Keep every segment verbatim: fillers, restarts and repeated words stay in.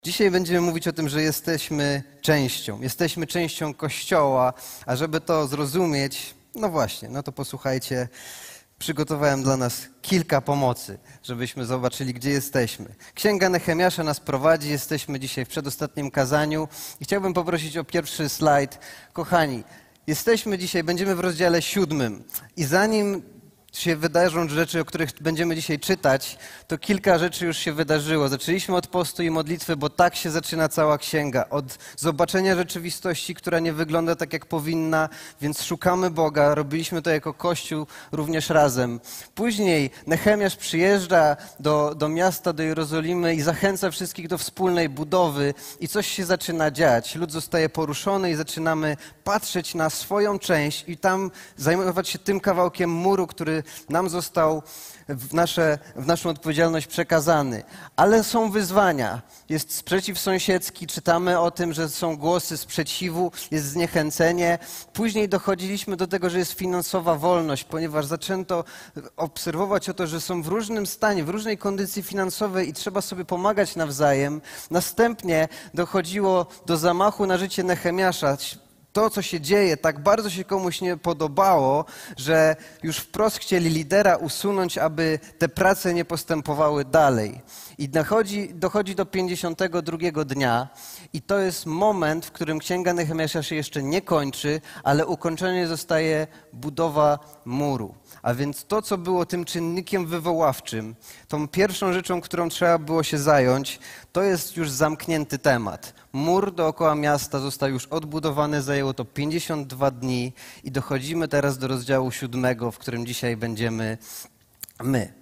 Dzisiaj będziemy mówić o tym, że jesteśmy częścią, jesteśmy częścią Kościoła, a żeby to zrozumieć, no właśnie, no to posłuchajcie, przygotowałem dla nas kilka pomocy, żebyśmy zobaczyli, gdzie jesteśmy. Księga Nehemiasza nas prowadzi, jesteśmy dzisiaj w przedostatnim kazaniu i chciałbym poprosić o pierwszy slajd. Kochani, jesteśmy dzisiaj, będziemy w rozdziale siódmym i zanim się wydarzą rzeczy, o których będziemy dzisiaj czytać, to kilka rzeczy już się wydarzyło. Zaczęliśmy od postu i modlitwy, bo tak się zaczyna cała księga. Od zobaczenia rzeczywistości, która nie wygląda tak, jak powinna, więc szukamy Boga. Robiliśmy to jako Kościół również razem. Później Nehemiasz przyjeżdża do, do miasta, do Jerozolimy i zachęca wszystkich do wspólnej budowy i coś się zaczyna dziać. Lud zostaje poruszony i zaczynamy patrzeć na swoją część i tam zajmować się tym kawałkiem muru, który nam został w, nasze, w naszą odpowiedzialność przekazany. Ale są wyzwania. Jest sprzeciw sąsiedzki, czytamy o tym, że są głosy sprzeciwu, jest zniechęcenie. Później dochodziliśmy do tego, że jest finansowa wolność, ponieważ zaczęto obserwować o to, że są w różnym stanie, w różnej kondycji finansowej i trzeba sobie pomagać nawzajem. Następnie dochodziło do zamachu na życie Nehemiasza. To, co się dzieje, tak bardzo się komuś nie podobało, że już wprost chcieli lidera usunąć, aby te prace nie postępowały dalej. I dochodzi, dochodzi do pięćdziesiątego drugiego dnia i to jest moment, w którym Księga Nehemiasza się jeszcze nie kończy, ale ukończenie zostaje budowa muru. A więc to, co było tym czynnikiem wywoławczym, tą pierwszą rzeczą, którą trzeba było się zająć, to jest już zamknięty temat. Mur dookoła miasta został już odbudowany, zajęło to pięćdziesiąt dwa dni i dochodzimy teraz do rozdziału siódmego, w którym dzisiaj będziemy my.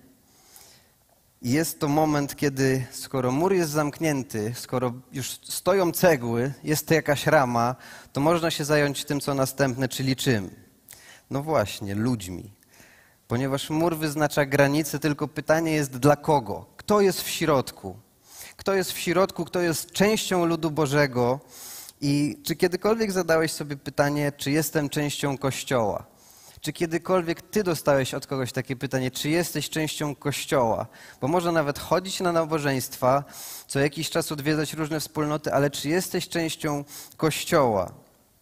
Jest to moment, kiedy skoro mur jest zamknięty, skoro już stoją cegły, jest to jakaś rama, to można się zająć tym, co następne, czyli czym? No właśnie, ludźmi. Ponieważ mur wyznacza granice, tylko pytanie jest dla kogo? Kto jest w środku? Kto jest w środku, kto jest częścią ludu Bożego? I czy kiedykolwiek zadałeś sobie pytanie, czy jestem częścią Kościoła? Czy kiedykolwiek ty dostałeś od kogoś takie pytanie, czy jesteś częścią Kościoła? Bo można nawet chodzić na nabożeństwa, co jakiś czas odwiedzać różne wspólnoty, ale czy jesteś częścią Kościoła?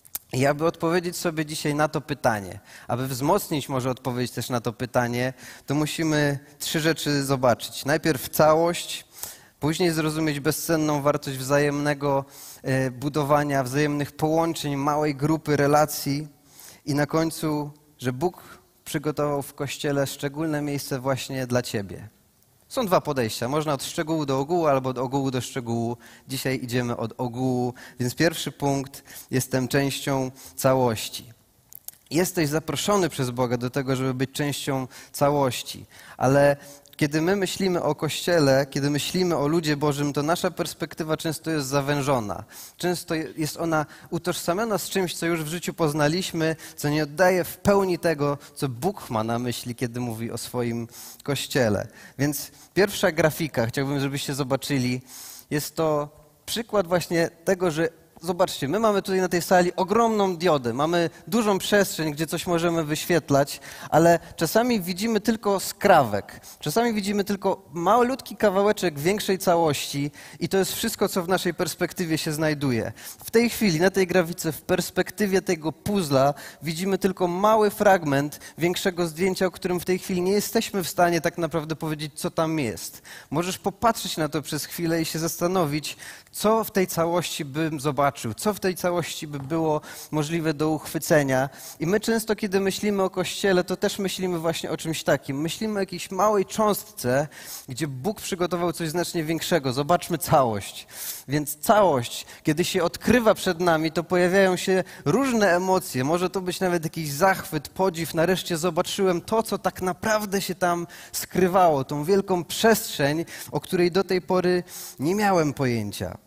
I aby odpowiedzieć sobie dzisiaj na to pytanie, aby wzmocnić może odpowiedź też na to pytanie, to musimy trzy rzeczy zobaczyć. Najpierw całość, później zrozumieć bezcenną wartość wzajemnego budowania, wzajemnych połączeń, małej grupy relacji i na końcu, że Bóg przygotował w Kościele szczególne miejsce właśnie dla ciebie. Są dwa podejścia. Można od szczegółu do ogółu albo od ogółu do szczegółu. Dzisiaj idziemy od ogółu. Więc pierwszy punkt, jestem częścią całości. Jesteś zaproszony przez Boga do tego, żeby być częścią całości. Ale kiedy my myślimy o Kościele, kiedy myślimy o ludzie Bożym, to nasza perspektywa często jest zawężona. Często jest ona utożsamiona z czymś, co już w życiu poznaliśmy, co nie oddaje w pełni tego, co Bóg ma na myśli, kiedy mówi o swoim Kościele. Więc pierwsza grafika, chciałbym, żebyście zobaczyli, jest to przykład właśnie tego, że zobaczcie, my mamy tutaj na tej sali ogromną diodę, mamy dużą przestrzeń, gdzie coś możemy wyświetlać, ale czasami widzimy tylko skrawek, czasami widzimy tylko malutki kawałeczek większej całości i to jest wszystko, co w naszej perspektywie się znajduje. W tej chwili, na tej grafice, w perspektywie tego puzzla widzimy tylko mały fragment większego zdjęcia, o którym w tej chwili nie jesteśmy w stanie tak naprawdę powiedzieć, co tam jest. Możesz popatrzeć na to przez chwilę i się zastanowić, co w tej całości bym zobaczył, co w tej całości by było możliwe do uchwycenia. I my często, kiedy myślimy o Kościele, to też myślimy właśnie o czymś takim. Myślimy o jakiejś małej cząstce, gdzie Bóg przygotował coś znacznie większego. Zobaczmy całość. Więc całość, kiedy się odkrywa przed nami, to pojawiają się różne emocje. Może to być nawet jakiś zachwyt, podziw. Nareszcie zobaczyłem to, co tak naprawdę się tam skrywało. Tą wielką przestrzeń, o której do tej pory nie miałem pojęcia.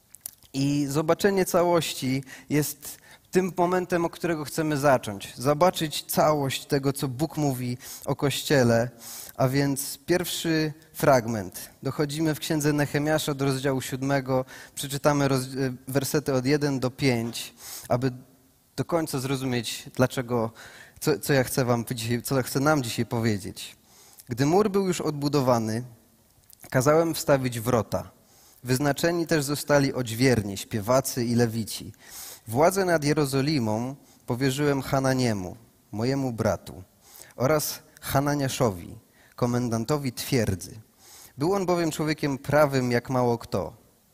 I zobaczenie całości jest tym momentem, od którego chcemy zacząć. Zobaczyć całość tego, co Bóg mówi o Kościele. A więc pierwszy fragment. Dochodzimy w Księdze Nehemiasza do rozdziału siódmego. Przeczytamy roz... wersety od jeden do pięć, aby do końca zrozumieć, dlaczego, co, co ja chcę wam dzisiaj, co chcę nam dzisiaj powiedzieć. Gdy mur był już odbudowany, kazałem wstawić wrota. Wyznaczeni też zostali odźwierni, śpiewacy i lewici. Władzę nad Jerozolimą powierzyłem Hananiemu, mojemu bratu, oraz Hananiaszowi, komendantowi twierdzy. Był on bowiem człowiekiem prawym jak mało kto.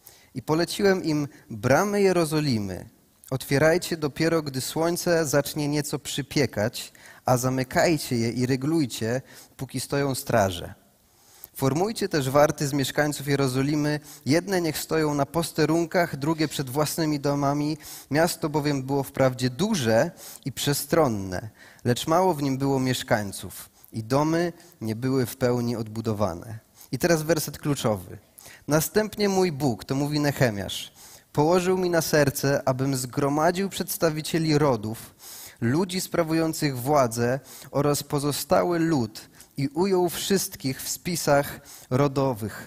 I poleciłem im bramy Jerozolimy. Otwierajcie dopiero, gdy słońce zacznie nieco przypiekać, a zamykajcie je i ryglujcie, póki stoją straże. Formujcie też warty z mieszkańców Jerozolimy. Jedne niech stoją na posterunkach, drugie przed własnymi domami. Miasto bowiem było wprawdzie duże i przestronne, lecz mało w nim było mieszkańców i domy nie były w pełni odbudowane. I teraz werset kluczowy. Następnie mój Bóg, to mówi Nehemiasz, położył mi na serce, abym zgromadził przedstawicieli rodów, ludzi sprawujących władzę oraz pozostały lud i ujął wszystkich w spisach rodowych.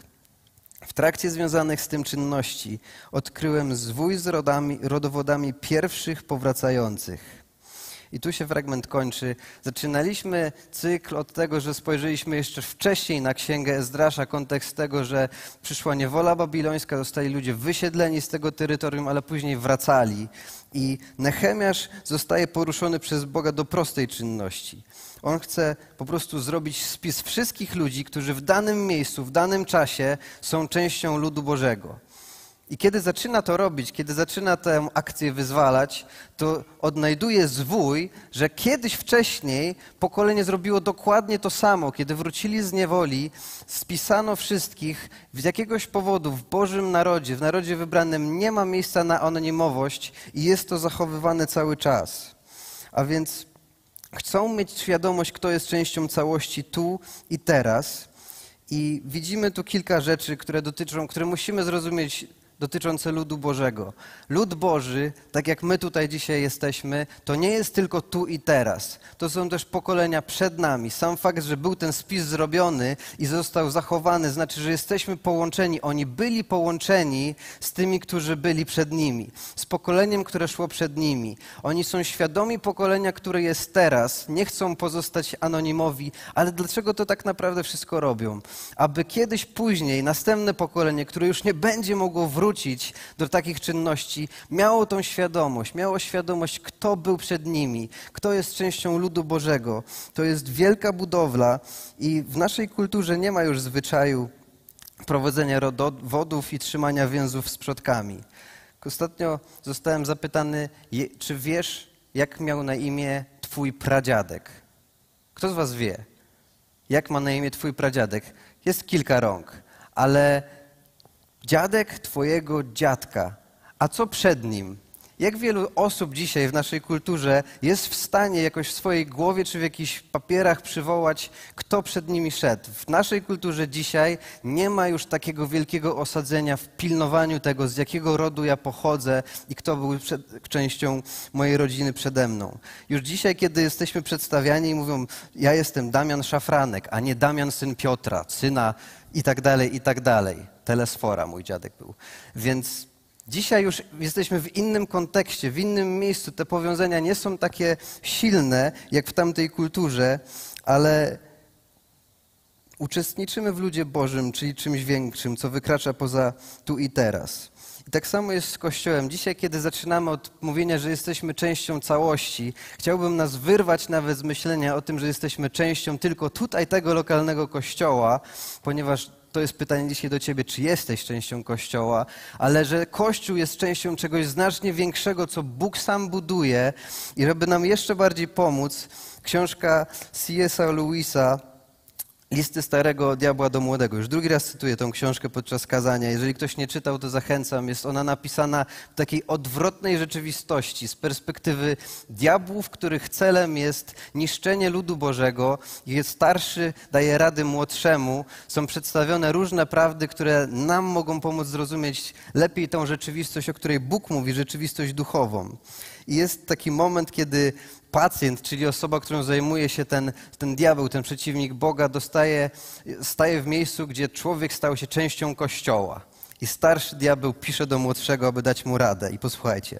W trakcie związanych z tym czynności odkryłem zwój z rodami, rodowodami pierwszych powracających. I tu się fragment kończy. Zaczynaliśmy cykl od tego, że spojrzeliśmy jeszcze wcześniej na księgę Ezdrasza, kontekst tego, że przyszła niewola babilońska, zostali ludzie wysiedleni z tego terytorium, ale później wracali. I Nehemiasz zostaje poruszony przez Boga do prostej czynności. On chce po prostu zrobić spis wszystkich ludzi, którzy w danym miejscu, w danym czasie są częścią ludu Bożego. I kiedy zaczyna to robić, kiedy zaczyna tę akcję wyzwalać, to odnajduje zwój, że kiedyś wcześniej pokolenie zrobiło dokładnie to samo. Kiedy wrócili z niewoli, spisano wszystkich. Z jakiegoś powodu w Bożym narodzie, w narodzie wybranym nie ma miejsca na anonimowość i jest to zachowywane cały czas. A więc chcą mieć świadomość, kto jest częścią całości tu i teraz. I widzimy tu kilka rzeczy, które dotyczą, które musimy zrozumieć, dotyczące ludu Bożego. Lud Boży, tak jak my tutaj dzisiaj jesteśmy, to nie jest tylko tu i teraz. To są też pokolenia przed nami. Sam fakt, że był ten spis zrobiony i został zachowany, znaczy, że jesteśmy połączeni. Oni byli połączeni z tymi, którzy byli przed nimi. Z pokoleniem, które szło przed nimi. Oni są świadomi pokolenia, które jest teraz. Nie chcą pozostać anonimowi, ale dlaczego to tak naprawdę wszystko robią? Aby kiedyś później następne pokolenie, które już nie będzie mogło wrócić wrócić do takich czynności, miało tą świadomość, miało świadomość, kto był przed nimi, kto jest częścią ludu Bożego. To jest wielka budowla i w naszej kulturze nie ma już zwyczaju prowadzenia rodowodów i trzymania więzów z przodkami. Ostatnio zostałem zapytany, czy wiesz, jak miał na imię twój pradziadek? Kto z was wie, jak ma na imię twój pradziadek? Jest kilka rąk, ale dziadek twojego dziadka, a co przed nim? Jak wielu osób dzisiaj w naszej kulturze jest w stanie jakoś w swojej głowie czy w jakichś papierach przywołać, kto przed nimi szedł? W naszej kulturze dzisiaj nie ma już takiego wielkiego osadzenia w pilnowaniu tego, z jakiego rodu ja pochodzę i kto był przed, częścią mojej rodziny przede mną. Już dzisiaj, kiedy jesteśmy przedstawiani i mówią, ja jestem Damian Szafranek, a nie Damian syn Piotra, syna i tak dalej, i tak dalej. Telesfora mój dziadek był. Więc dzisiaj już jesteśmy w innym kontekście, w innym miejscu. Te powiązania nie są takie silne, jak w tamtej kulturze, ale uczestniczymy w ludzie Bożym, czyli czymś większym, co wykracza poza tu i teraz. I tak samo jest z Kościołem. Dzisiaj, kiedy zaczynamy od mówienia, że jesteśmy częścią całości, chciałbym nas wyrwać nawet z myślenia o tym, że jesteśmy częścią tylko tutaj tego lokalnego kościoła, ponieważ to jest pytanie dzisiaj do ciebie, czy jesteś częścią Kościoła, ale że Kościół jest częścią czegoś znacznie większego, co Bóg sam buduje i żeby nam jeszcze bardziej pomóc, książka C S Lewisa, Listy starego diabła do młodego. Już drugi raz cytuję tą książkę podczas kazania. Jeżeli ktoś nie czytał, to zachęcam. Jest ona napisana w takiej odwrotnej rzeczywistości, z perspektywy diabłów, których celem jest niszczenie ludu Bożego. Jest starszy, daje rady młodszemu. Są przedstawione różne prawdy, które nam mogą pomóc zrozumieć lepiej tą rzeczywistość, o której Bóg mówi, rzeczywistość duchową. I jest taki moment, kiedy pacjent, czyli osoba, którą zajmuje się ten, ten diabeł, ten przeciwnik Boga, dostaje, staje w miejscu, gdzie człowiek stał się częścią Kościoła. I starszy diabeł pisze do młodszego, aby dać mu radę. I posłuchajcie.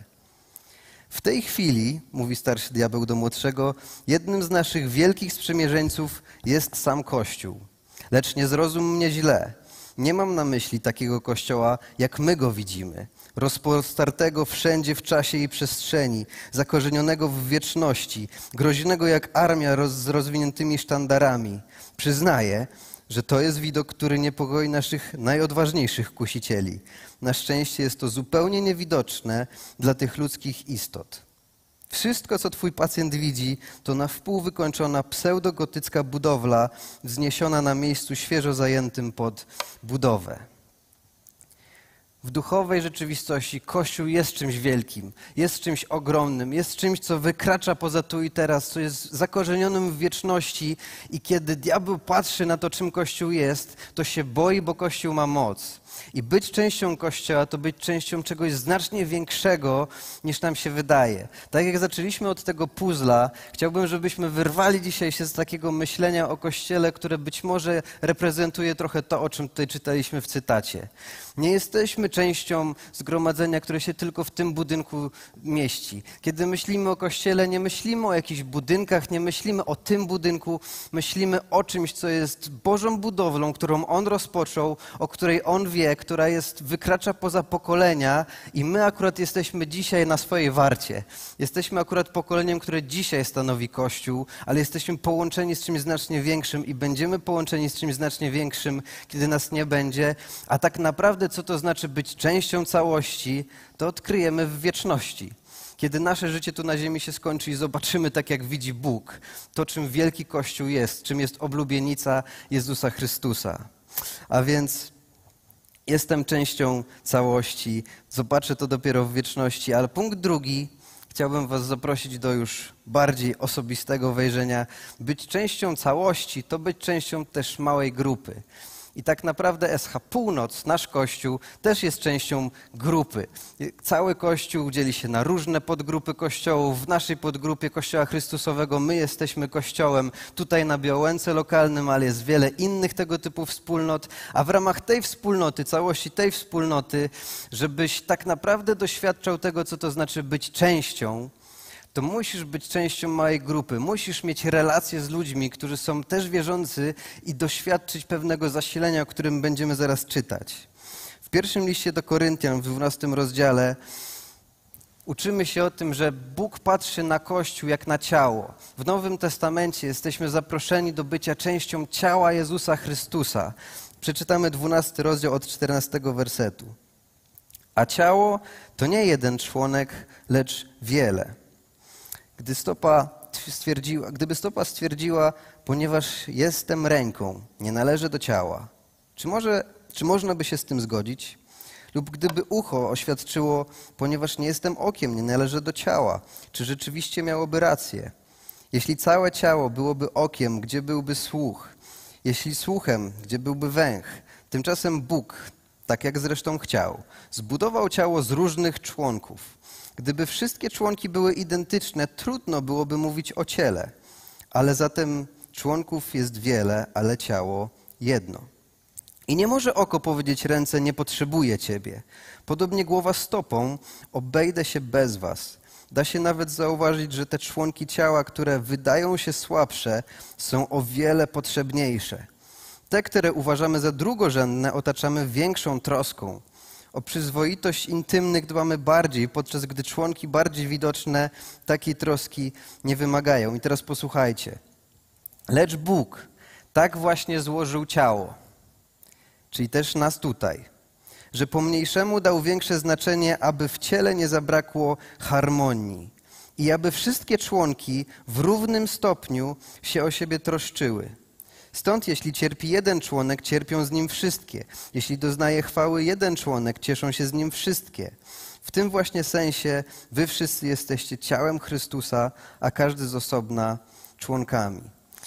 W tej chwili, mówi starszy diabeł do młodszego, jednym z naszych wielkich sprzymierzeńców jest sam Kościół. Lecz nie zrozum mnie źle. Nie mam na myśli takiego Kościoła, jak my go widzimy, rozpostartego wszędzie w czasie i przestrzeni, zakorzenionego w wieczności, groźnego jak armia roz, z rozwiniętymi sztandarami. Przyznaję, że to jest widok, który niepokoi naszych najodważniejszych kusicieli. Na szczęście jest to zupełnie niewidoczne dla tych ludzkich istot. Wszystko, co twój pacjent widzi, to na wpół wykończona pseudogotycka budowla wzniesiona na miejscu świeżo zajętym pod budowę. W duchowej rzeczywistości Kościół jest czymś wielkim, jest czymś ogromnym, jest czymś, co wykracza poza tu i teraz, co jest zakorzenionym w wieczności i kiedy diabeł patrzy na to, czym Kościół jest, to się boi, bo Kościół ma moc. I być częścią Kościoła to być częścią czegoś znacznie większego, niż nam się wydaje. Tak jak zaczęliśmy od tego puzzla, chciałbym, żebyśmy wyrwali dzisiaj się z takiego myślenia o Kościele, które być może reprezentuje trochę to, o czym tutaj czytaliśmy w cytacie. Nie jesteśmy częścią zgromadzenia, które się tylko w tym budynku mieści. Kiedy myślimy o Kościele, nie myślimy o jakichś budynkach, nie myślimy o tym budynku, myślimy o czymś, co jest Bożą budowlą, którą On rozpoczął, o której On wie, która jest, wykracza poza pokolenia i my akurat jesteśmy dzisiaj na swojej warcie. Jesteśmy akurat pokoleniem, które dzisiaj stanowi Kościół, ale jesteśmy połączeni z czymś znacznie większym i będziemy połączeni z czymś znacznie większym, kiedy nas nie będzie. A tak naprawdę, co to znaczy być częścią całości, to odkryjemy w wieczności. Kiedy nasze życie tu na ziemi się skończy i zobaczymy tak, jak widzi Bóg, to czym wielki Kościół jest, czym jest oblubienica Jezusa Chrystusa. A więc jestem częścią całości, zobaczę to dopiero w wieczności, ale punkt drugi, chciałbym was zaprosić do już bardziej osobistego wejrzenia. Być częścią całości to być częścią też małej grupy. I tak naprawdę S H Północ, nasz Kościół, też jest częścią grupy. Cały Kościół dzieli się na różne podgrupy kościołów. W naszej podgrupie Kościoła Chrystusowego my jesteśmy kościołem tutaj na Białęce lokalnym, ale jest wiele innych tego typu wspólnot. A w ramach tej wspólnoty, całości tej wspólnoty, żebyś tak naprawdę doświadczał tego, co to znaczy być częścią, to musisz być częścią małej grupy. Musisz mieć relacje z ludźmi, którzy są też wierzący i doświadczyć pewnego zasilenia, o którym będziemy zaraz czytać. W pierwszym liście do Koryntian, w dwunastym rozdziale, uczymy się o tym, że Bóg patrzy na Kościół jak na ciało. W Nowym Testamencie jesteśmy zaproszeni do bycia częścią ciała Jezusa Chrystusa. Przeczytamy dwunasty rozdział od czternastego wersetu. A ciało to nie jeden członek, lecz wiele. Gdy stopa stwierdziła, gdyby stopa stwierdziła, ponieważ jestem ręką, nie należę do ciała, czy, może, czy można by się z tym zgodzić? Lub gdyby ucho oświadczyło, ponieważ nie jestem okiem, nie należę do ciała, czy rzeczywiście miałoby rację? Jeśli całe ciało byłoby okiem, gdzie byłby słuch? Jeśli słuchem, gdzie byłby węch? Tymczasem Bóg, tak jak zresztą chciał, zbudował ciało z różnych członków. Gdyby wszystkie członki były identyczne, trudno byłoby mówić o ciele. Ale zatem członków jest wiele, ale ciało jedno. I nie może oko powiedzieć ręce, nie potrzebuję ciebie. Podobnie głowa stopą, obejdę się bez was. Da się nawet zauważyć, że te członki ciała, które wydają się słabsze, są o wiele potrzebniejsze. Te, które uważamy za drugorzędne, otaczamy większą troską. O przyzwoitość intymnych dbamy bardziej, podczas gdy członki bardziej widoczne takiej troski nie wymagają. I teraz posłuchajcie. Lecz Bóg tak właśnie złożył ciało, czyli też nas tutaj, że pomniejszemu dał większe znaczenie, aby w ciele nie zabrakło harmonii i aby wszystkie członki w równym stopniu się o siebie troszczyły. Stąd jeśli cierpi jeden członek, cierpią z nim wszystkie. Jeśli doznaje chwały jeden członek, cieszą się z nim wszystkie. W tym właśnie sensie wy wszyscy jesteście ciałem Chrystusa, a każdy z osobna członkami.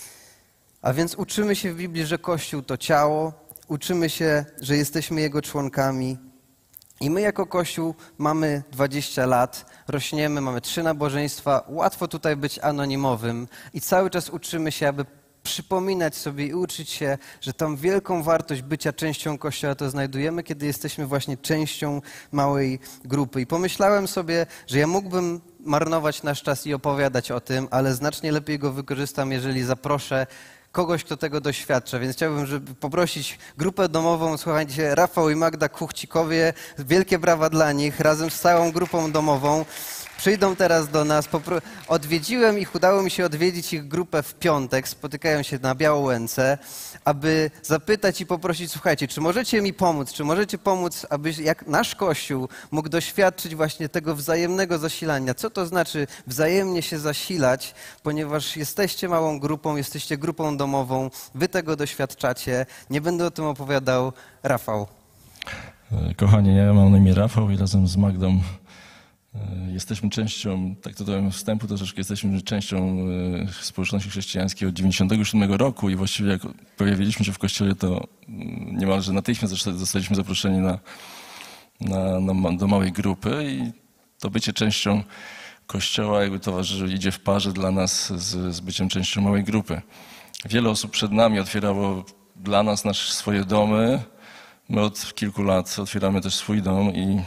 A więc uczymy się w Biblii, że Kościół to ciało, uczymy się, że jesteśmy Jego członkami i my jako Kościół mamy dwadzieścia lat, rośniemy, mamy trzy nabożeństwa, łatwo tutaj być anonimowym i cały czas uczymy się, aby przypominać sobie i uczyć się, że tą wielką wartość bycia częścią Kościoła to znajdujemy, kiedy jesteśmy właśnie częścią małej grupy. I pomyślałem sobie, że ja mógłbym marnować nasz czas i opowiadać o tym, ale znacznie lepiej go wykorzystam, jeżeli zaproszę kogoś, kto tego doświadcza, więc chciałbym, żeby poprosić grupę domową, słuchajcie, Rafał i Magda Kuchcikowie, wielkie brawa dla nich, razem z całą grupą domową. Przyjdą teraz do nas. Odwiedziłem ich, udało mi się odwiedzić ich grupę w piątek, spotykają się na Białołęce, aby zapytać i poprosić, słuchajcie, czy możecie mi pomóc, czy możecie pomóc, aby jak nasz Kościół mógł doświadczyć właśnie tego wzajemnego zasilania. Co to znaczy wzajemnie się zasilać, ponieważ jesteście małą grupą, jesteście grupą domową, wy tego doświadczacie. Nie będę o tym opowiadał. Rafał. Kochani, ja mam na imię Rafał i razem z Magdą jesteśmy częścią, tak to dałem wstępu troszeczkę, jesteśmy częścią społeczności chrześcijańskiej od dziewięćdziesiątego siódmego roku i właściwie jak pojawiliśmy się w kościele, to niemalże natychmiast zostaliśmy zaproszeni na, na, na, do małej grupy i to bycie częścią kościoła jakby towarzyszy, idzie w parze dla nas z, z byciem częścią małej grupy. Wiele osób przed nami otwierało dla nas nasze swoje domy. My od kilku lat otwieramy też swój dom i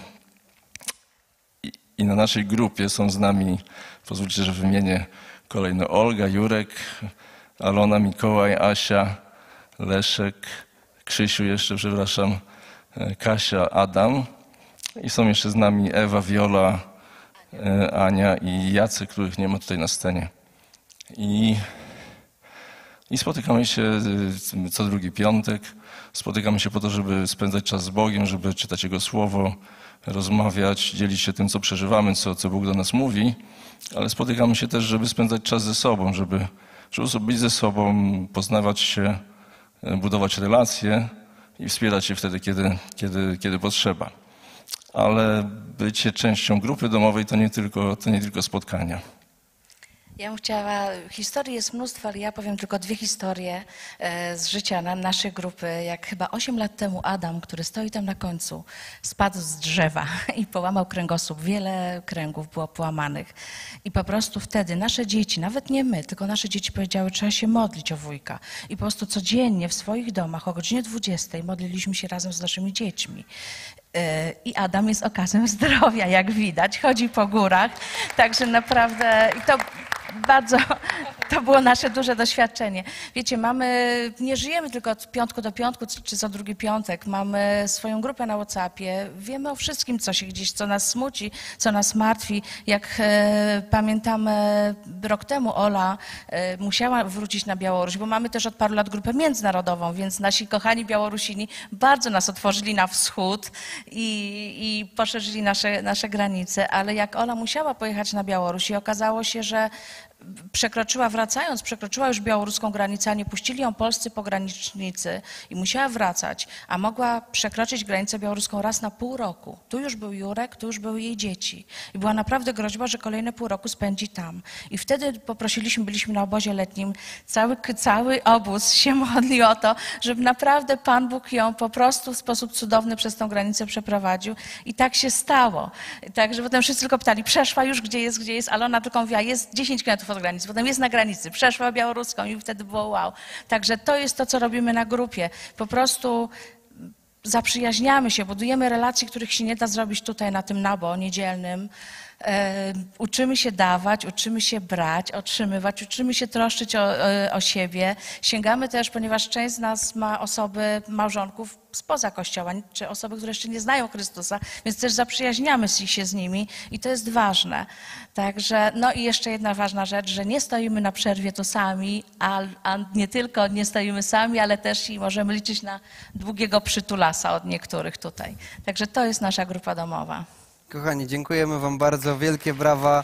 I na naszej grupie są z nami, pozwólcie, że wymienię kolejno, Olga, Jurek, Alona, Mikołaj, Asia, Leszek, Krzysiu jeszcze, przepraszam, Kasia, Adam. I są jeszcze z nami Ewa, Wiola, Ania i Jacek, których nie ma tutaj na scenie. I, i spotykamy się co drugi piątek. Spotykamy się po to, żeby spędzać czas z Bogiem, żeby czytać Jego Słowo, rozmawiać, dzielić się tym, co przeżywamy, co, co Bóg do nas mówi, ale spotykamy się też, żeby spędzać czas ze sobą, żeby, żeby być ze sobą, poznawać się, budować relacje i wspierać się wtedy, kiedy, kiedy, kiedy potrzeba. Ale bycie częścią grupy domowej to nie tylko, to nie tylko spotkania. Ja bym chciała, historii jest mnóstwo, ale ja powiem tylko dwie historie z życia naszej grupy. Jak chyba osiem lat temu Adam, który stoi tam na końcu, spadł z drzewa i połamał kręgosłup. Wiele kręgów było połamanych. I po prostu wtedy nasze dzieci, nawet nie my, tylko nasze dzieci powiedziały, trzeba się modlić o wujka. I po prostu codziennie w swoich domach o godzinie dwudziestej modliliśmy się razem z naszymi dziećmi. I Adam jest okazem zdrowia, jak widać, chodzi po górach, także naprawdę i to bardzo, to było nasze duże doświadczenie. Wiecie, mamy, nie żyjemy tylko od piątku do piątku, czy co drugi piątek, mamy swoją grupę na WhatsAppie, wiemy o wszystkim, co się gdzieś, co nas smuci, co nas martwi. Jak e, pamiętamy, rok temu Ola e, musiała wrócić na Białoruś, bo mamy też od paru lat grupę międzynarodową, więc nasi kochani Białorusini bardzo nas otworzyli na wschód i, i poszerzyli nasze, nasze granice, ale jak Ola musiała pojechać na Białoruś i okazało się, że przekroczyła, wracając, przekroczyła już białoruską granicę, a nie puścili ją polscy pogranicznicy i musiała wracać, a mogła przekroczyć granicę białoruską raz na pół roku. Tu już był Jurek, tu już były jej dzieci. I była naprawdę groźba, że kolejne pół roku spędzi tam. I wtedy poprosiliśmy, byliśmy na obozie letnim, cały, cały obóz się modlił o to, żeby naprawdę Pan Bóg ją po prostu w sposób cudowny przez tą granicę przeprowadził. I tak się stało. Także potem wszyscy tylko pytali, przeszła już, gdzie jest, gdzie jest, ale ona tylko mówiła, jest dziesięć kilometrów od granicy, potem jest na granicy, przeszła białoruską i wtedy było wow. Także to jest to, co robimy na grupie. Po prostu zaprzyjaźniamy się, budujemy relacje, których się nie da zrobić tutaj na tym nabo niedzielnym. E, uczymy się dawać, uczymy się brać, otrzymywać, uczymy się troszczyć o, o, o siebie. Sięgamy też, ponieważ część z nas ma osoby, małżonków spoza Kościoła, czy osoby, które jeszcze nie znają Chrystusa, więc też zaprzyjaźniamy się z nimi i to jest ważne. Także, no i jeszcze jedna ważna rzecz, że nie stoimy na przerwie to sami, a, a nie tylko nie stoimy sami, ale też i możemy liczyć na długiego przytulasa od niektórych tutaj. Także to jest nasza grupa domowa. Kochani, dziękujemy wam bardzo, wielkie brawa.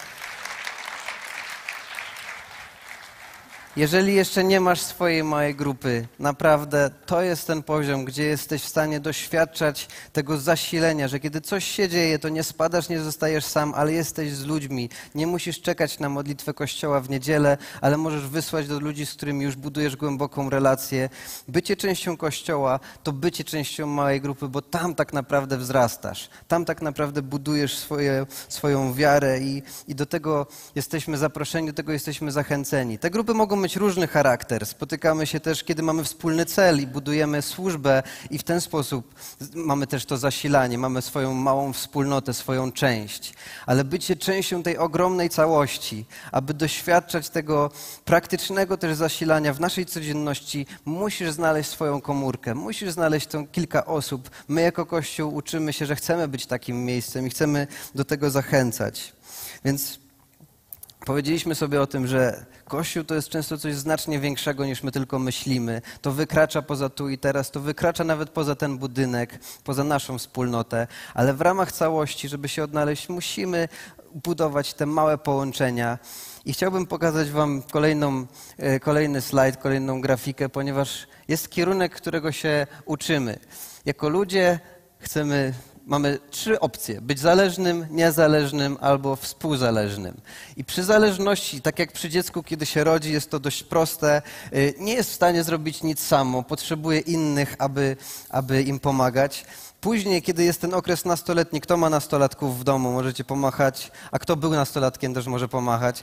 Jeżeli jeszcze nie masz swojej małej grupy, naprawdę to jest ten poziom, gdzie jesteś w stanie doświadczać tego zasilenia, że kiedy coś się dzieje, to nie spadasz, nie zostajesz sam, ale jesteś z ludźmi. Nie musisz czekać na modlitwę Kościoła w niedzielę, ale możesz wysłać do ludzi, z którymi już budujesz głęboką relację. Bycie częścią Kościoła to bycie częścią małej grupy, bo tam tak naprawdę wzrastasz. Tam tak naprawdę budujesz swoje, swoją wiarę i, i do tego jesteśmy zaproszeni, do tego jesteśmy zachęceni. Te grupy mogą być mieć różny charakter. Spotykamy się też, kiedy mamy wspólny cel i budujemy służbę i w ten sposób mamy też to zasilanie, mamy swoją małą wspólnotę, swoją część. Ale bycie częścią tej ogromnej całości, aby doświadczać tego praktycznego też zasilania w naszej codzienności, musisz znaleźć swoją komórkę, musisz znaleźć tą kilka osób. My jako Kościół uczymy się, że chcemy być takim miejscem i chcemy do tego zachęcać. Więc powiedzieliśmy sobie o tym, że Kościół to jest często coś znacznie większego niż my tylko myślimy. To wykracza poza tu i teraz, to wykracza nawet poza ten budynek, poza naszą wspólnotę, ale w ramach całości, żeby się odnaleźć, musimy budować te małe połączenia. I chciałbym pokazać wam kolejną, kolejny slajd, kolejną grafikę, ponieważ jest kierunek, którego się uczymy. Jako ludzie chcemy... Mamy trzy opcje. Być zależnym, niezależnym albo współzależnym. I przy zależności, tak jak przy dziecku, kiedy się rodzi, jest to dość proste. Nie jest w stanie zrobić nic samo. Potrzebuje innych, aby, aby im pomagać. Później, kiedy jest ten okres nastoletni, kto ma nastolatków w domu, możecie pomachać, a kto był nastolatkiem, też może pomachać.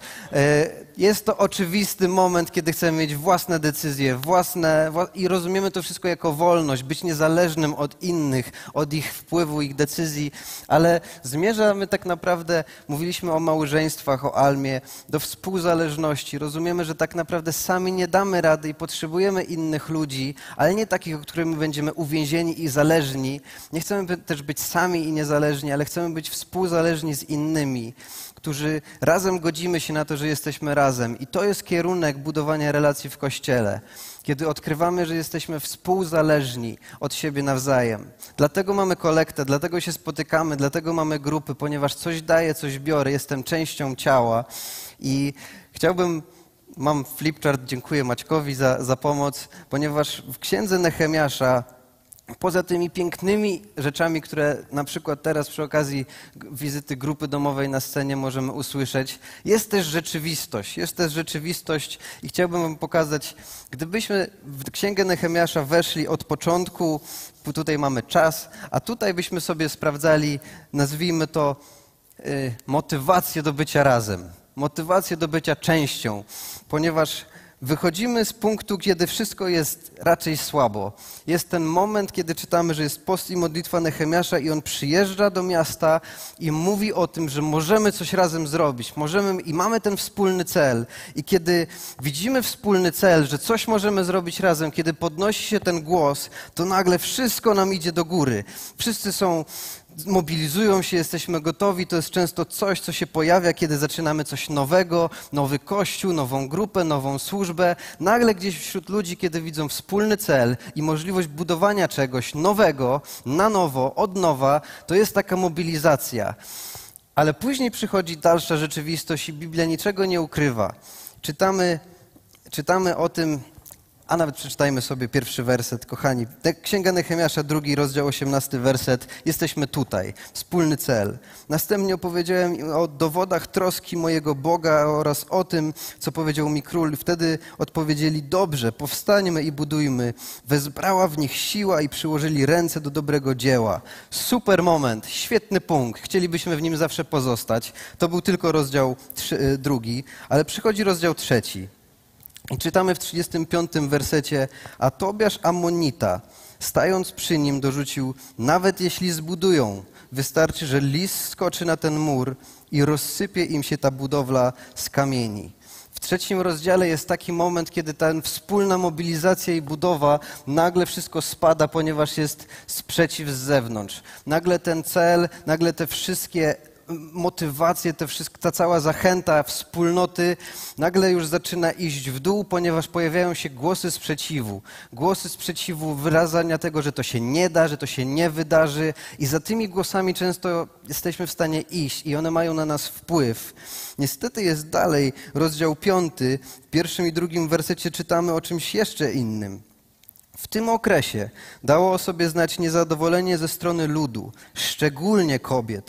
Jest to oczywisty moment, kiedy chcemy mieć własne decyzje, własne i rozumiemy to wszystko jako wolność, być niezależnym od innych, od ich wpływu, ich decyzji, ale zmierzamy tak naprawdę, mówiliśmy o małżeństwach, o Almie, do współzależności. Rozumiemy, że tak naprawdę sami nie damy rady i potrzebujemy innych ludzi, ale nie takich, o których my będziemy uwięzieni i zależni. Nie chcemy też być sami i niezależni, ale chcemy być współzależni z innymi, którzy razem godzimy się na to, że jesteśmy razem. I to jest kierunek budowania relacji w Kościele, kiedy odkrywamy, że jesteśmy współzależni od siebie nawzajem. Dlatego mamy kolektę, dlatego się spotykamy, dlatego mamy grupy, ponieważ coś daję, coś biorę, jestem częścią ciała. I chciałbym... Mam flipchart, dziękuję Maćkowi za, za pomoc, ponieważ w księdze Nehemiasza poza tymi pięknymi rzeczami, które na przykład teraz przy okazji wizyty grupy domowej na scenie możemy usłyszeć, jest też rzeczywistość. Jest też rzeczywistość i chciałbym wam pokazać, gdybyśmy w Księgę Nehemiasza weszli od początku, tutaj mamy czas, a tutaj byśmy sobie sprawdzali, nazwijmy to, y, motywację do bycia razem, motywację do bycia częścią, ponieważ wychodzimy z punktu, kiedy wszystko jest raczej słabo. Jest ten moment, kiedy czytamy, że jest post i modlitwa Nehemiasza i on przyjeżdża do miasta i mówi o tym, że możemy coś razem zrobić, możemy i mamy ten wspólny cel. I kiedy widzimy wspólny cel, że coś możemy zrobić razem, kiedy podnosi się ten głos, to nagle wszystko nam idzie do góry. Wszyscy są... mobilizują się, jesteśmy gotowi. To jest często coś, co się pojawia, kiedy zaczynamy coś nowego, nowy kościół, nową grupę, nową służbę. Nagle gdzieś wśród ludzi, kiedy widzą wspólny cel i możliwość budowania czegoś nowego, na nowo, od nowa, to jest taka mobilizacja. Ale później przychodzi dalsza rzeczywistość i Biblia niczego nie ukrywa. Czytamy, czytamy o tym, a nawet przeczytajmy sobie pierwszy werset, kochani. Księga Nehemiasza, drugi rozdział, osiemnasty werset. Jesteśmy tutaj, wspólny cel. Następnie opowiedziałem im o dowodach troski mojego Boga oraz o tym, co powiedział mi król. Wtedy odpowiedzieli, dobrze, powstańmy i budujmy. Wezbrała w nich siła i przyłożyli ręce do dobrego dzieła. Super moment, świetny punkt. Chcielibyśmy w nim zawsze pozostać. To był tylko rozdział trzy, drugi, ale przychodzi rozdział trzeci. I czytamy w trzydziestym piątym wersecie, a Tobiasz Ammonita, stając przy nim, dorzucił, nawet jeśli zbudują, wystarczy, że lis skoczy na ten mur i rozsypie im się ta budowla z kamieni. W trzecim rozdziale jest taki moment, kiedy ta wspólna mobilizacja i budowa, nagle wszystko spada, ponieważ jest sprzeciw z zewnątrz. Nagle ten cel, nagle te wszystkie motywacje, te wszystko, ta cała zachęta wspólnoty nagle już zaczyna iść w dół, ponieważ pojawiają się głosy sprzeciwu. Głosy sprzeciwu, wyrażania tego, że to się nie da, że to się nie wydarzy i za tymi głosami często jesteśmy w stanie iść i one mają na nas wpływ. Niestety jest dalej rozdział piąty, w pierwszym i drugim wersecie czytamy o czymś jeszcze innym. W tym okresie dało o sobie znać niezadowolenie ze strony ludu, szczególnie kobiet.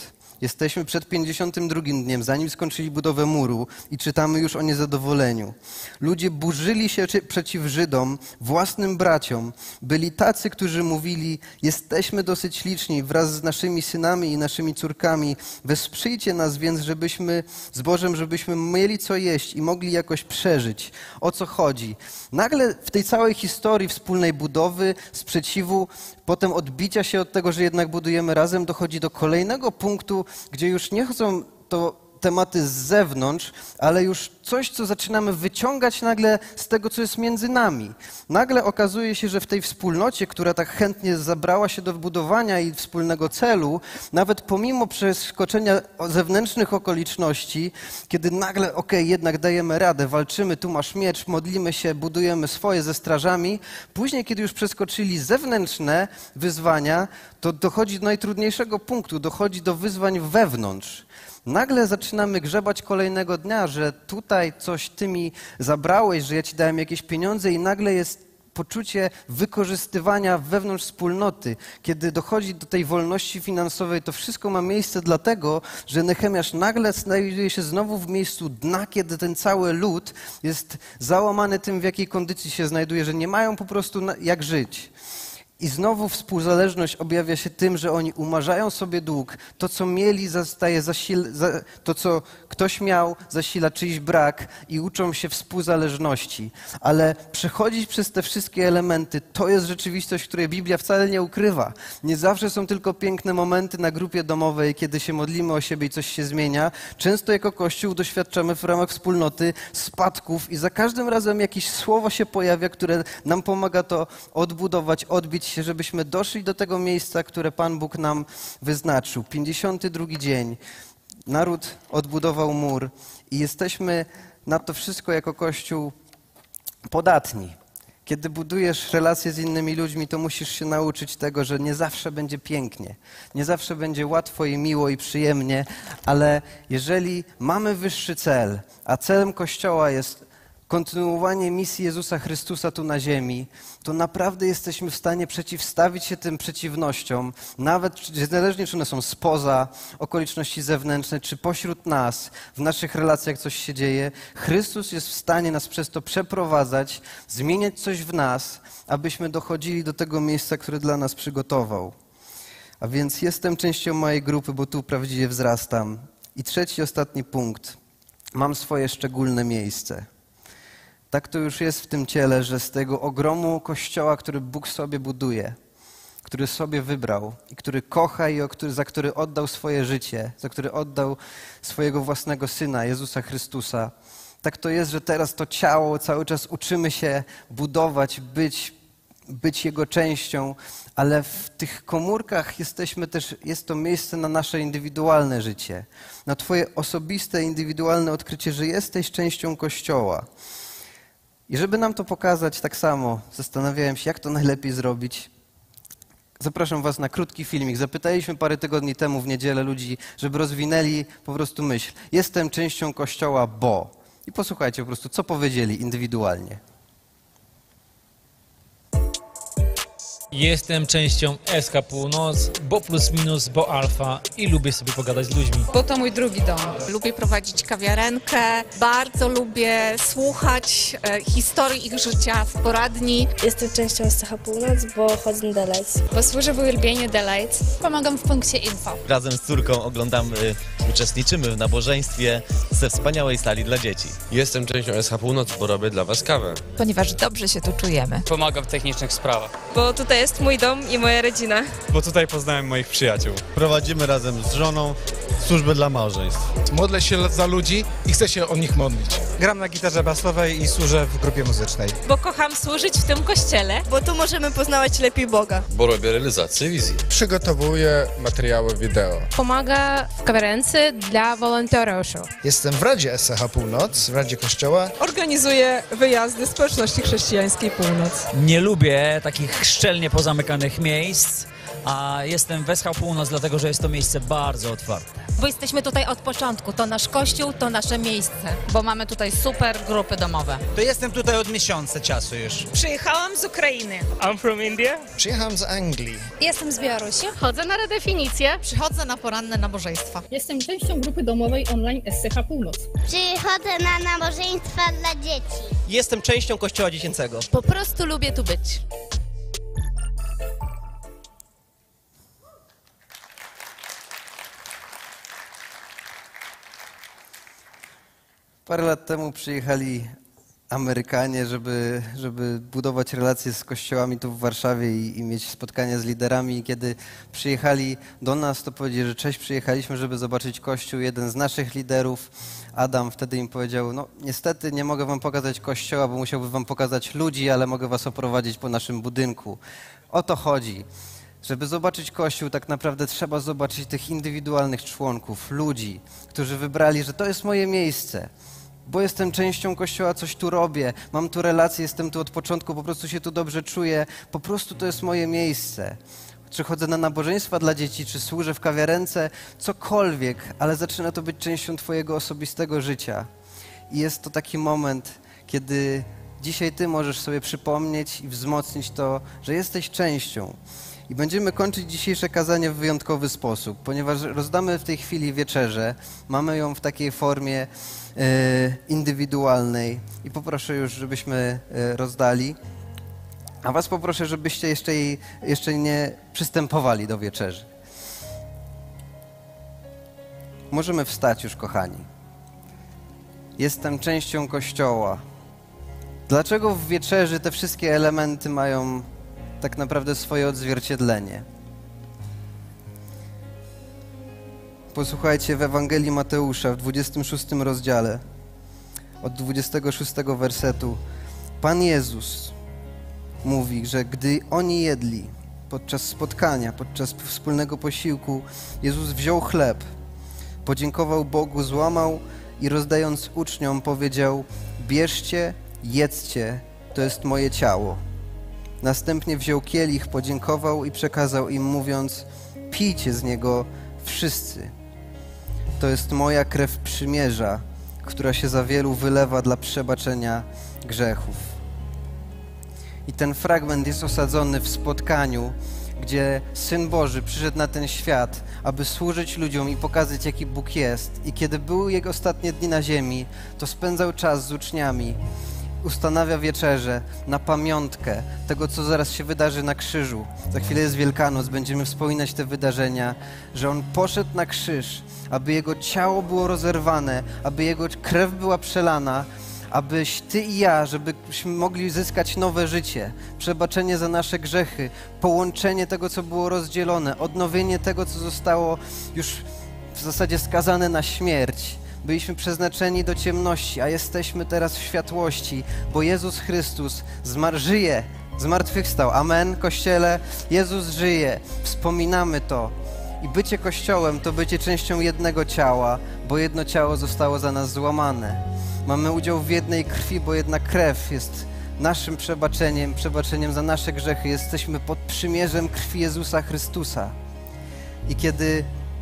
Jesteśmy przed pięćdziesiątym drugim dniem, zanim skończyli budowę muru i czytamy już o niezadowoleniu. Ludzie burzyli się przeciw Żydom, własnym braciom. Byli tacy, którzy mówili, jesteśmy dosyć liczni wraz z naszymi synami i naszymi córkami. Wesprzyjcie nas więc, żebyśmy z Bożem, żebyśmy mieli co jeść i mogli jakoś przeżyć. O co chodzi? Nagle w tej całej historii wspólnej budowy, sprzeciwu, potem odbicia się od tego, że jednak budujemy razem, dochodzi do kolejnego punktu, gdzie już nie chodzą to tematy z zewnątrz, ale już coś, co zaczynamy wyciągać nagle z tego, co jest między nami. Nagle okazuje się, że w tej wspólnocie, która tak chętnie zabrała się do budowania i wspólnego celu, nawet pomimo przeskoczenia zewnętrznych okoliczności, kiedy nagle, okej, jednak dajemy radę, walczymy, tu masz miecz, modlimy się, budujemy swoje ze strażami, później, kiedy już przeskoczyli zewnętrzne wyzwania, to dochodzi do najtrudniejszego punktu, dochodzi do wyzwań wewnątrz. Nagle zaczynamy grzebać kolejnego dnia, że tutaj coś ty mi zabrałeś, że ja ci dałem jakieś pieniądze i nagle jest poczucie wykorzystywania wewnątrz wspólnoty. Kiedy dochodzi do tej wolności finansowej, to wszystko ma miejsce dlatego, że Nehemiasz nagle znajduje się znowu w miejscu dna, kiedy ten cały lud jest załamany tym, w jakiej kondycji się znajduje, że nie mają po prostu jak żyć. I znowu współzależność objawia się tym, że oni umarzają sobie dług. To, co mieli, zostaje zasil... to, co ktoś miał, zasila czyjś brak i uczą się współzależności. Ale przechodzić przez te wszystkie elementy, to jest rzeczywistość, której Biblia wcale nie ukrywa. Nie zawsze są tylko piękne momenty na grupie domowej, kiedy się modlimy o siebie i coś się zmienia. Często jako Kościół doświadczamy w ramach wspólnoty spadków i za każdym razem jakieś słowo się pojawia, które nam pomaga to odbudować, odbić się, żebyśmy doszli do tego miejsca, które Pan Bóg nam wyznaczył. pięćdziesiąty drugi dzień. Naród odbudował mur i jesteśmy na to wszystko jako Kościół podatni. Kiedy budujesz relacje z innymi ludźmi, to musisz się nauczyć tego, że nie zawsze będzie pięknie, nie zawsze będzie łatwo i miło i przyjemnie, ale jeżeli mamy wyższy cel, a celem Kościoła jest kontynuowanie misji Jezusa Chrystusa tu na ziemi, to naprawdę jesteśmy w stanie przeciwstawić się tym przeciwnościom, nawet niezależnie czy one są spoza okoliczności zewnętrzne, czy pośród nas, w naszych relacjach coś się dzieje. Chrystus jest w stanie nas przez to przeprowadzać, zmieniać coś w nas, abyśmy dochodzili do tego miejsca, które dla nas przygotował. A więc jestem częścią mojej grupy, bo tu prawdziwie wzrastam. I trzeci, ostatni punkt. Mam swoje szczególne miejsce. Tak to już jest w tym ciele, że z tego ogromu Kościoła, który Bóg sobie buduje, który sobie wybrał i który kocha i za który oddał swoje życie, za który oddał swojego własnego Syna, Jezusa Chrystusa. Tak to jest, że teraz to ciało cały czas uczymy się budować, być, być Jego częścią, ale w tych komórkach jesteśmy też, jest to miejsce na nasze indywidualne życie, na Twoje osobiste, indywidualne odkrycie, że jesteś częścią Kościoła. I żeby nam to pokazać tak samo, zastanawiałem się, jak to najlepiej zrobić. Zapraszam was na krótki filmik. Zapytaliśmy parę tygodni temu w niedzielę ludzi, żeby rozwinęli po prostu myśl. Jestem częścią Kościoła, bo... I posłuchajcie po prostu, co powiedzieli indywidualnie. Jestem częścią S K Północ, bo plus minus, bo alfa i lubię sobie pogadać z ludźmi. Bo to mój drugi dom. Lubię prowadzić kawiarenkę, bardzo lubię słuchać e, historii ich życia w poradni. Jestem częścią S C H Północ, bo chodzę na The Lights. Bo służę w uwielbieniu The Lights. Pomagam w punkcie info. Razem z córką oglądamy, uczestniczymy w nabożeństwie ze wspaniałej sali dla dzieci. Jestem częścią S H Północ, bo robię dla was kawę. Ponieważ dobrze się tu czujemy. Pomagam w technicznych sprawach. Bo tutaj jest mój dom i moja rodzina. Bo tutaj poznałem moich przyjaciół. Prowadzimy razem z żoną służbę dla małżeństw. Modlę się za ludzi i chcę się o nich modlić. Gram na gitarze basowej i służę w grupie muzycznej. Bo kocham służyć w tym kościele. Bo tu możemy poznawać lepiej Boga. Bo robię realizację wizji. Przygotowuję materiały wideo. Pomaga w kawiarence dla wolontariuszy. Jestem w Radzie S C H Północ, w Radzie Kościoła. Organizuję wyjazdy Społeczności Chrześcijańskiej Północ. Nie lubię takich szczelnie pozamykanych miejsc, A jestem w S H Północ, dlatego że jest to miejsce bardzo otwarte. Bo jesteśmy tutaj od początku. To nasz kościół, to nasze miejsce. Bo mamy tutaj super grupy domowe. To jestem tutaj od miesiąca czasu już. Przyjechałam z Ukrainy. I'm from India. Przyjechałem z Anglii. Jestem z Białorusi. Chodzę na redefinicję. Przychodzę na poranne nabożeństwa. Jestem częścią grupy domowej online S C H Północ. Przychodzę na nabożeństwa dla dzieci. Jestem częścią kościoła dziecięcego. Po prostu lubię tu być. Parę lat temu przyjechali Amerykanie, żeby, żeby budować relacje z kościołami tu w Warszawie i, i mieć spotkania z liderami. I kiedy przyjechali do nas, to powiedzieli, że cześć, przyjechaliśmy, żeby zobaczyć kościół. Jeden z naszych liderów, Adam, wtedy im powiedział, no niestety nie mogę wam pokazać kościoła, bo musiałbym wam pokazać ludzi, ale mogę was oprowadzić po naszym budynku. O to chodzi. Żeby zobaczyć Kościół, tak naprawdę trzeba zobaczyć tych indywidualnych członków, ludzi, którzy wybrali, że to jest moje miejsce, bo jestem częścią Kościoła, coś tu robię, mam tu relacje, jestem tu od początku, po prostu się tu dobrze czuję, po prostu to jest moje miejsce. Czy chodzę na nabożeństwa dla dzieci, czy służę w kawiarence, cokolwiek, ale zaczyna to być częścią twojego osobistego życia. I jest to taki moment, kiedy dzisiaj ty możesz sobie przypomnieć i wzmocnić to, że jesteś częścią. I będziemy kończyć dzisiejsze kazanie w wyjątkowy sposób, ponieważ rozdamy w tej chwili wieczerzę. Mamy ją w takiej formie e, indywidualnej i poproszę już, żebyśmy e, rozdali. A was poproszę, żebyście jeszcze, jej, jeszcze nie przystępowali do wieczerzy. Możemy wstać już, kochani. Jestem częścią Kościoła. Dlaczego w wieczerzy te wszystkie elementy mają tak naprawdę swoje odzwierciedlenie? Posłuchajcie w Ewangelii Mateusza w dwudziestym szóstym rozdziale, od dwudziestego szóstego wersetu. Pan Jezus mówi, że gdy oni jedli podczas spotkania, podczas wspólnego posiłku, Jezus wziął chleb, podziękował Bogu, złamał i rozdając uczniom powiedział: bierzcie, jedzcie, to jest moje ciało. Następnie wziął kielich, podziękował i przekazał im, mówiąc: pijcie z niego wszyscy. To jest moja krew przymierza, która się za wielu wylewa dla przebaczenia grzechów. I ten fragment jest osadzony w spotkaniu, gdzie Syn Boży przyszedł na ten świat, aby służyć ludziom i pokazać, jaki Bóg jest. I kiedy były Jego ostatnie dni na ziemi, to spędzał czas z uczniami. Ustanawia wieczerzę na pamiątkę tego, co zaraz się wydarzy na krzyżu. Za chwilę jest Wielkanoc, będziemy wspominać te wydarzenia, że On poszedł na krzyż, aby Jego ciało było rozerwane, aby Jego krew była przelana, abyś ty i ja, żebyśmy mogli zyskać nowe życie, przebaczenie za nasze grzechy, połączenie tego, co było rozdzielone, odnowienie tego, co zostało już w zasadzie skazane na śmierć. Byliśmy przeznaczeni do ciemności, a jesteśmy teraz w światłości, bo Jezus Chrystus zmarł, żyje, zmartwychwstał. Amen, Kościele, Jezus żyje, wspominamy to. I bycie Kościołem to bycie częścią jednego ciała, bo jedno ciało zostało za nas złamane. Mamy udział w jednej krwi, bo jedna krew jest naszym przebaczeniem, przebaczeniem za nasze grzechy. Jesteśmy pod przymierzem krwi Jezusa Chrystusa. I kiedy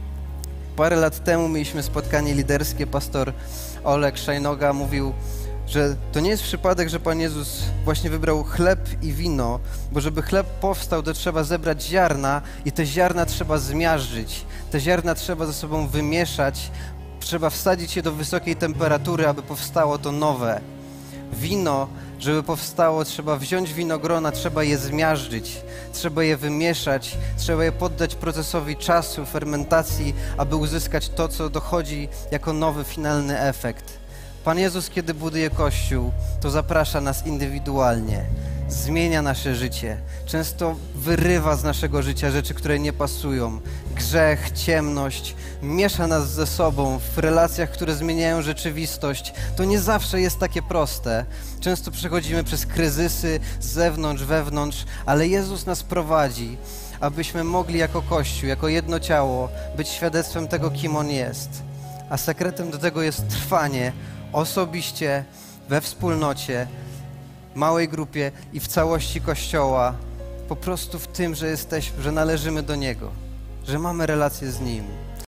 parę lat temu mieliśmy spotkanie liderskie, pastor Olek Szajnoga mówił, że to nie jest przypadek, że Pan Jezus właśnie wybrał chleb i wino, bo żeby chleb powstał, to trzeba zebrać ziarna i te ziarna trzeba zmiażdżyć. Te ziarna trzeba ze sobą wymieszać, trzeba wsadzić je do wysokiej temperatury, aby powstało to nowe. Wino, żeby powstało, trzeba wziąć winogrona, trzeba je zmiażdżyć, trzeba je wymieszać, trzeba je poddać procesowi czasu, fermentacji, aby uzyskać to, co dochodzi jako nowy, finalny efekt. Pan Jezus, kiedy buduje Kościół, to zaprasza nas indywidualnie, zmienia nasze życie. Często wyrywa z naszego życia rzeczy, które nie pasują. Grzech, ciemność, miesza nas ze sobą w relacjach, które zmieniają rzeczywistość. To nie zawsze jest takie proste. Często przechodzimy przez kryzysy z zewnątrz, wewnątrz, ale Jezus nas prowadzi, abyśmy mogli jako Kościół, jako jedno ciało być świadectwem tego, kim On jest. A sekretem do tego jest trwanie osobiście, we wspólnocie, małej grupie i w całości Kościoła, po prostu w tym, że jesteśmy, że należymy do Niego, że mamy relację z Nim.